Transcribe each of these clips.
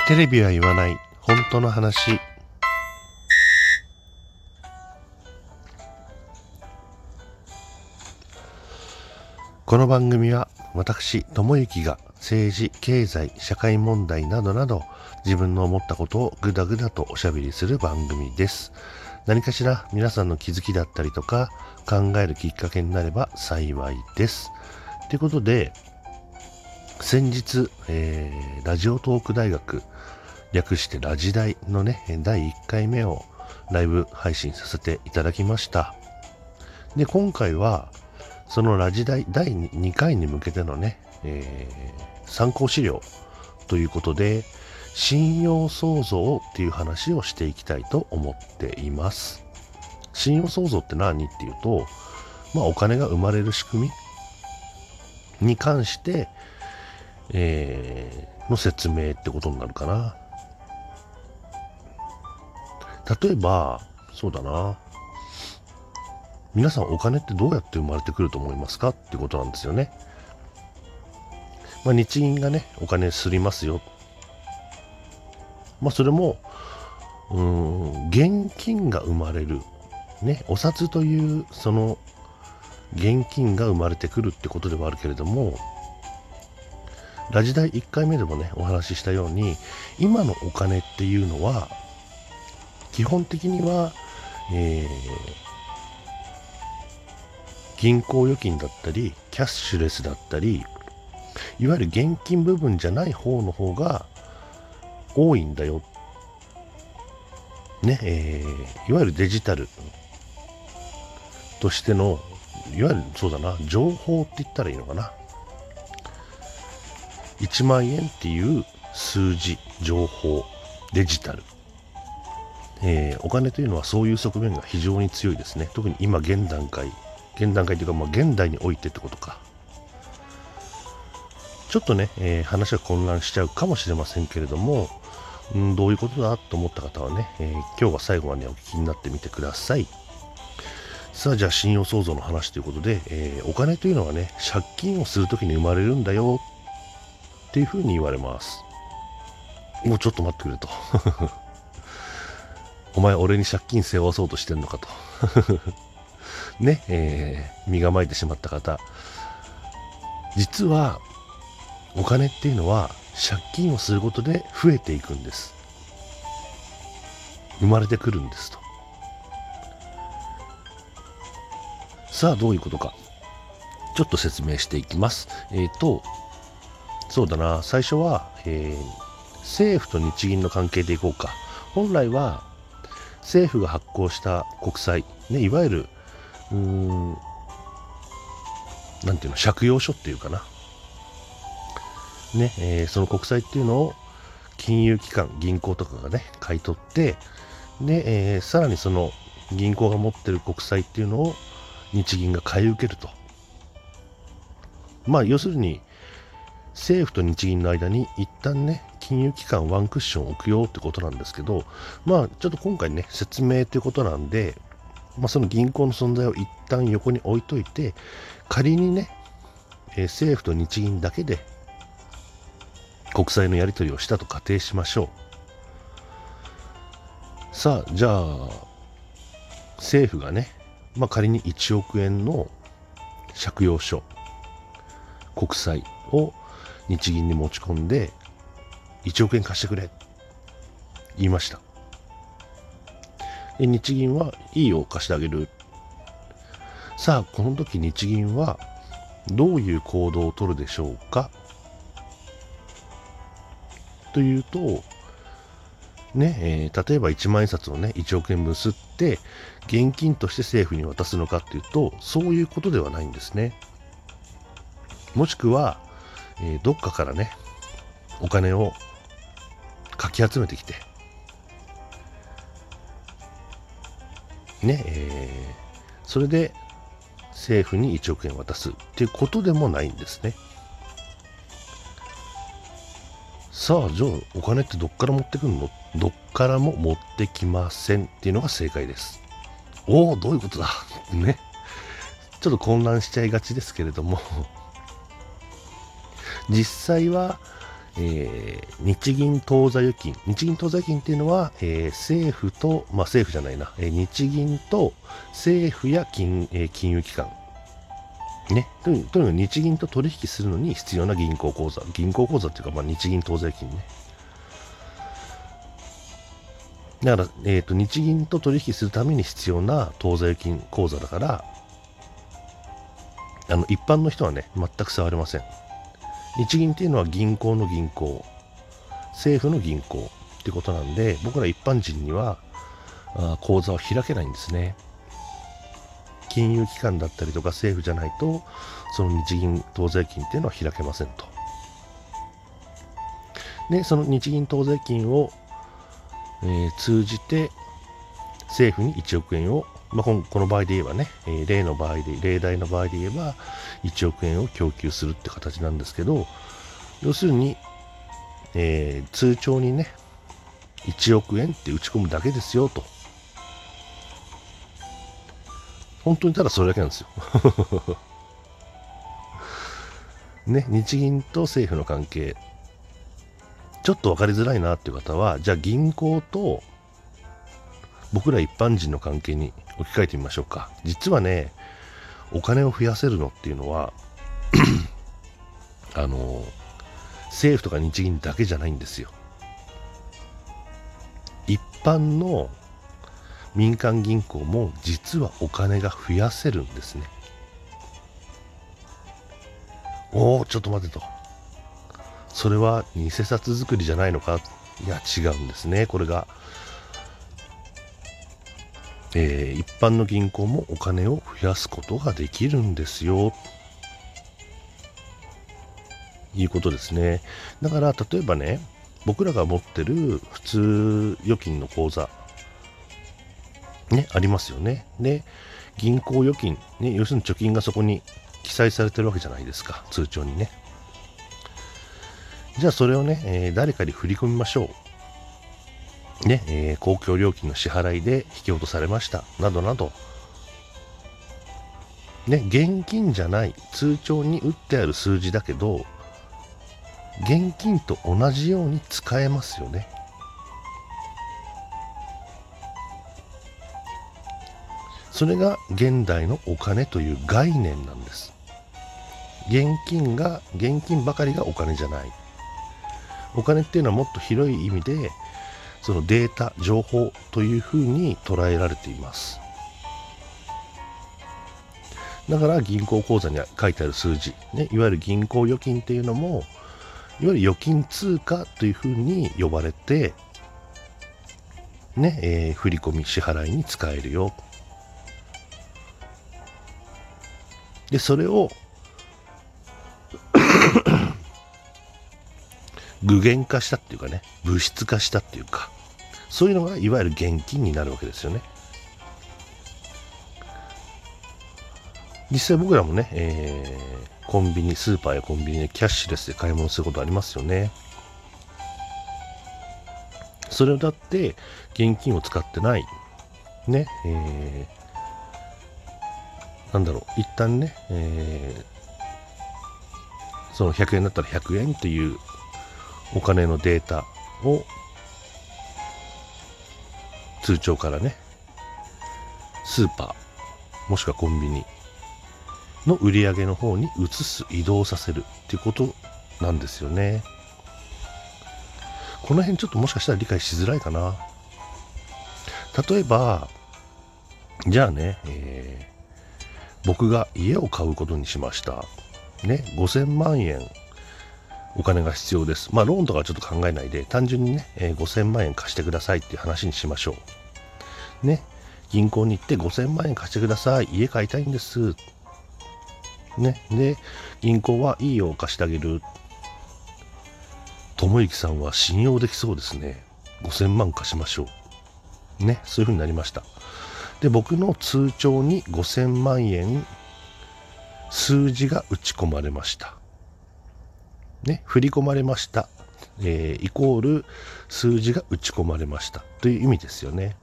テレビは言わない本当の話。この番組は私智之が政治、経済、社会問題などなど自分の思ったことをぐだぐだとおしゃべりする番組です。何かしら皆さんの気づきだったりとか考えるきっかけになれば幸いです。ということで先日、ラジオトーク大学略してラジ大のね第1回目をライブ配信させていただきました。で今回はそのラジ大第2回に向けてのね、参考資料ということで信用創造っていう話をしていきたいと思っています。信用創造って何っていうと、お金が生まれる仕組みに関して、の説明ってことになるかな。例えばそうだな、皆さんお金ってどうやって生まれてくると思いますかってことなんですよね。日銀がねお金すりますよ。それも現金が生まれるね、お札というその現金が生まれてくるってことではあるけれども、ラジ大1回目でもねお話ししたように今のお金っていうのは基本的には、銀行預金だったりキャッシュレスだったりいわゆる現金部分じゃない方の方が多いんだよね、いわゆるデジタルとしてのいわゆるそうだな情報って言ったらいいのかな、1万円っていう数字情報デジタル、お金というのはそういう側面が非常に強いですね。特に今現段階というか現代においてってことか。ちょっとね、話が混乱しちゃうかもしれませんけれども、どういうことだと思った方はね、今日は最後までお聞きになってみてください。さあじゃあ信用創造の話ということで、お金というのはね借金をするときに生まれるんだよっていうふうに言われます。もうちょっと待ってくれとお前俺に借金背負わそうとしてんのかとね、身構えてしまった方、実はお金っていうのは借金をすることで増えていくんです。生まれてくるんですと。さあどういうことかちょっと説明していきます。そうだな、最初は、政府と日銀の関係でいこうか。本来は政府が発行した国債、ね、いわゆるなんていうの借用書っていうかなね、その国債っていうのを金融機関銀行とかがね買い取ってで、さらにその銀行が持ってる国債っていうのを日銀が買い受けると。要するに政府と日銀の間に一旦ね金融機関ワンクッション置くよってことなんですけど、ちょっと今回ね説明ということなんで、その銀行の存在を一旦横に置いといて、仮にね、政府と日銀だけで国債のやり取りをしたと仮定しましょう。さあじゃあ政府がね、仮に1億円の借用書国債を日銀に持ち込んで1億円貸してくれ言いました。で日銀はいいよ貸してあげる。さあこの時日銀はどういう行動を取るでしょうかというとね、例えば1万円札をね1億円分吸って現金として政府に渡すのかっていうとそういうことではないんですね。もしくは、どっかからねお金をかき集めてきてね、それで政府に1億円渡すっていうことでもないんですね。さあじゃあお金ってどっから持ってくるの？どっからも持ってきませんっていうのが正解です。おお、どういうことだね。ちょっと混乱しちゃいがちですけれども実際は、 日銀当座預金。日銀当座預金っていうのは、政府と、政府じゃないな、日銀と政府や金融機関。ね、とにかく日銀と取引するのに必要な銀行口座っていうか、日銀当座預金ね。だから、日銀と取引するために必要な当座預金口座だから、一般の人はね、全く触れません。日銀っていうのは銀行の銀行、政府の銀行ってことなんで、僕ら一般人には口座は開けないんですね。金融機関だったりとか政府じゃないと、その日銀当座預金っていうのは開けませんと。で、その日銀当座預金を、通じて政府に1億円を、この場合で言えばね、例題の場合で言えば1億円を供給するって形なんですけど、要するに、通帳にね1億円って打ち込むだけですよと。本当にただそれだけなんですよね、日銀と政府の関係ちょっと分かりづらいなっていう方は、じゃあ銀行と僕ら一般人の関係に置き換えてみましょうか。実はね、お金を増やせるのっていうのは政府とか日銀だけじゃないんですよ。一般の民間銀行も実はお金が増やせるんですね。ちょっと待てと。それは偽札作りじゃないのか。いや違うんですね。これが、一般の銀行もお金を増やすことができるんですよ、いうことですね。だから例えばね、僕らが持ってる普通預金の口座ね、ありますよね。で、銀行預金、ね、要するに貯金がそこに記載されてるわけじゃないですか、通帳にね。じゃあそれをね、誰かに振り込みましょう。ね、公共料金の支払いで引き落とされました。などなど。ね、現金じゃない通帳に打ってある数字だけど、現金と同じように使えますよね。それが現代のお金という概念なんです。現金ばかりがお金じゃない。お金っていうのはもっと広い意味で、そのデータ、情報というふうに捉えられています。だから銀行口座に書いてある数字、ね、いわゆる銀行預金っていうのも、いわゆる預金通貨というふうに呼ばれて、ね、振り込み支払いに使えるよ。で、それを具現化したっていうかね、物質化したっていうか、そういうのがいわゆる現金になるわけですよね。実際僕らもね、コンビニ、スーパーやコンビニでキャッシュレスで買い物することありますよね。それをだって現金を使ってないね、一旦ね、その100円だったら100円っていうお金のデータを通帳からね、スーパーもしくはコンビニの売り上げの方に移動させるっていうことなんですよね。この辺ちょっともしかしたら理解しづらいかな。例えばじゃあね、僕が家を買うことにしましたね。5000万円お金が必要です。ローンとかはちょっと考えないで、単純にね、5000万円貸してくださいっていう話にしましょうね。銀行に行って5000万円貸してください、家買いたいんですね。で、銀行はいいよ、貸してあげる。ともゆきさんは信用できそうですね。5000万貸しましょうね。そういう風になりました。で、僕の通帳に5000万円数字が打ち込まれましたね。振り込まれました、イコール数字が打ち込まれましたという意味ですよね。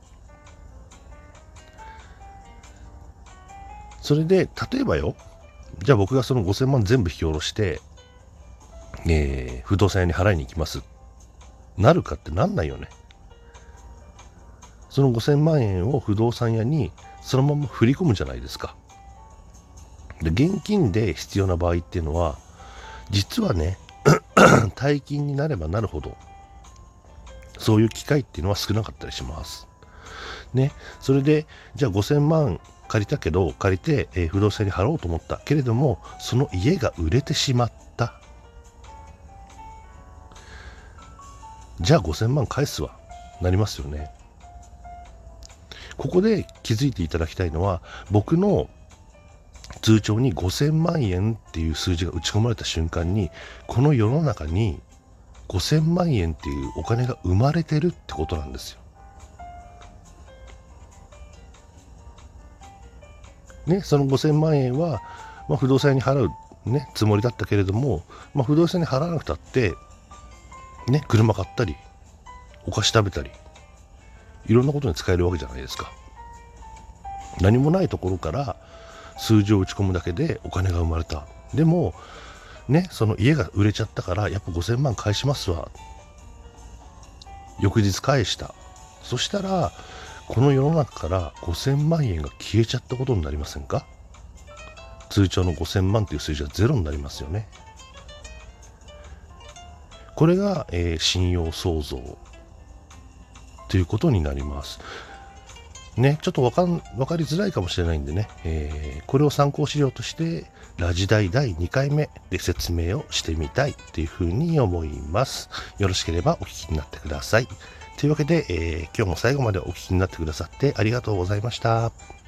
それで例えばよ、じゃあ僕がその5000万全部引き下ろして、 不動産屋に払いに行きますなるかってなんないよね。その5000万円を不動産屋にそのまま振り込むじゃないですか。で、現金で必要な場合っていうのは実はね大金になればなるほどそういう機会っていうのは少なかったりしますね。それでじゃあ5000万借りたけど借りて、不動産に払おうと思ったけれどもその家が売れてしまった。じゃあ5000万返すわなりますよね。ここで気づいていただきたいのは僕の通帳に5000万円っていう数字が打ち込まれた瞬間にこの世の中に5000万円っていうお金が生まれてるってことなんですよ。ね、その5000万円は、不動産屋に払う、ね、つもりだったけれども、不動産に払わなくたって、ね、車買ったりお菓子食べたりいろんなことに使えるわけじゃないですか。何もないところから数字を打ち込むだけでお金が生まれた。でもね、その家が売れちゃったからやっぱ5000万返しますわ。翌日返した。そしたらこの世の中から5000万円が消えちゃったことになりませんか？通帳の5000万という数字はゼロになりますよね。これが、信用創造ということになりますね。ちょっと分かりづらいかもしれないんでね、これを参考資料としてラジ大第2回目で説明をしてみたいというふうに思います。よろしければお聞きになってください。というわけで、今日も最後までお聞きになってくださってありがとうございました。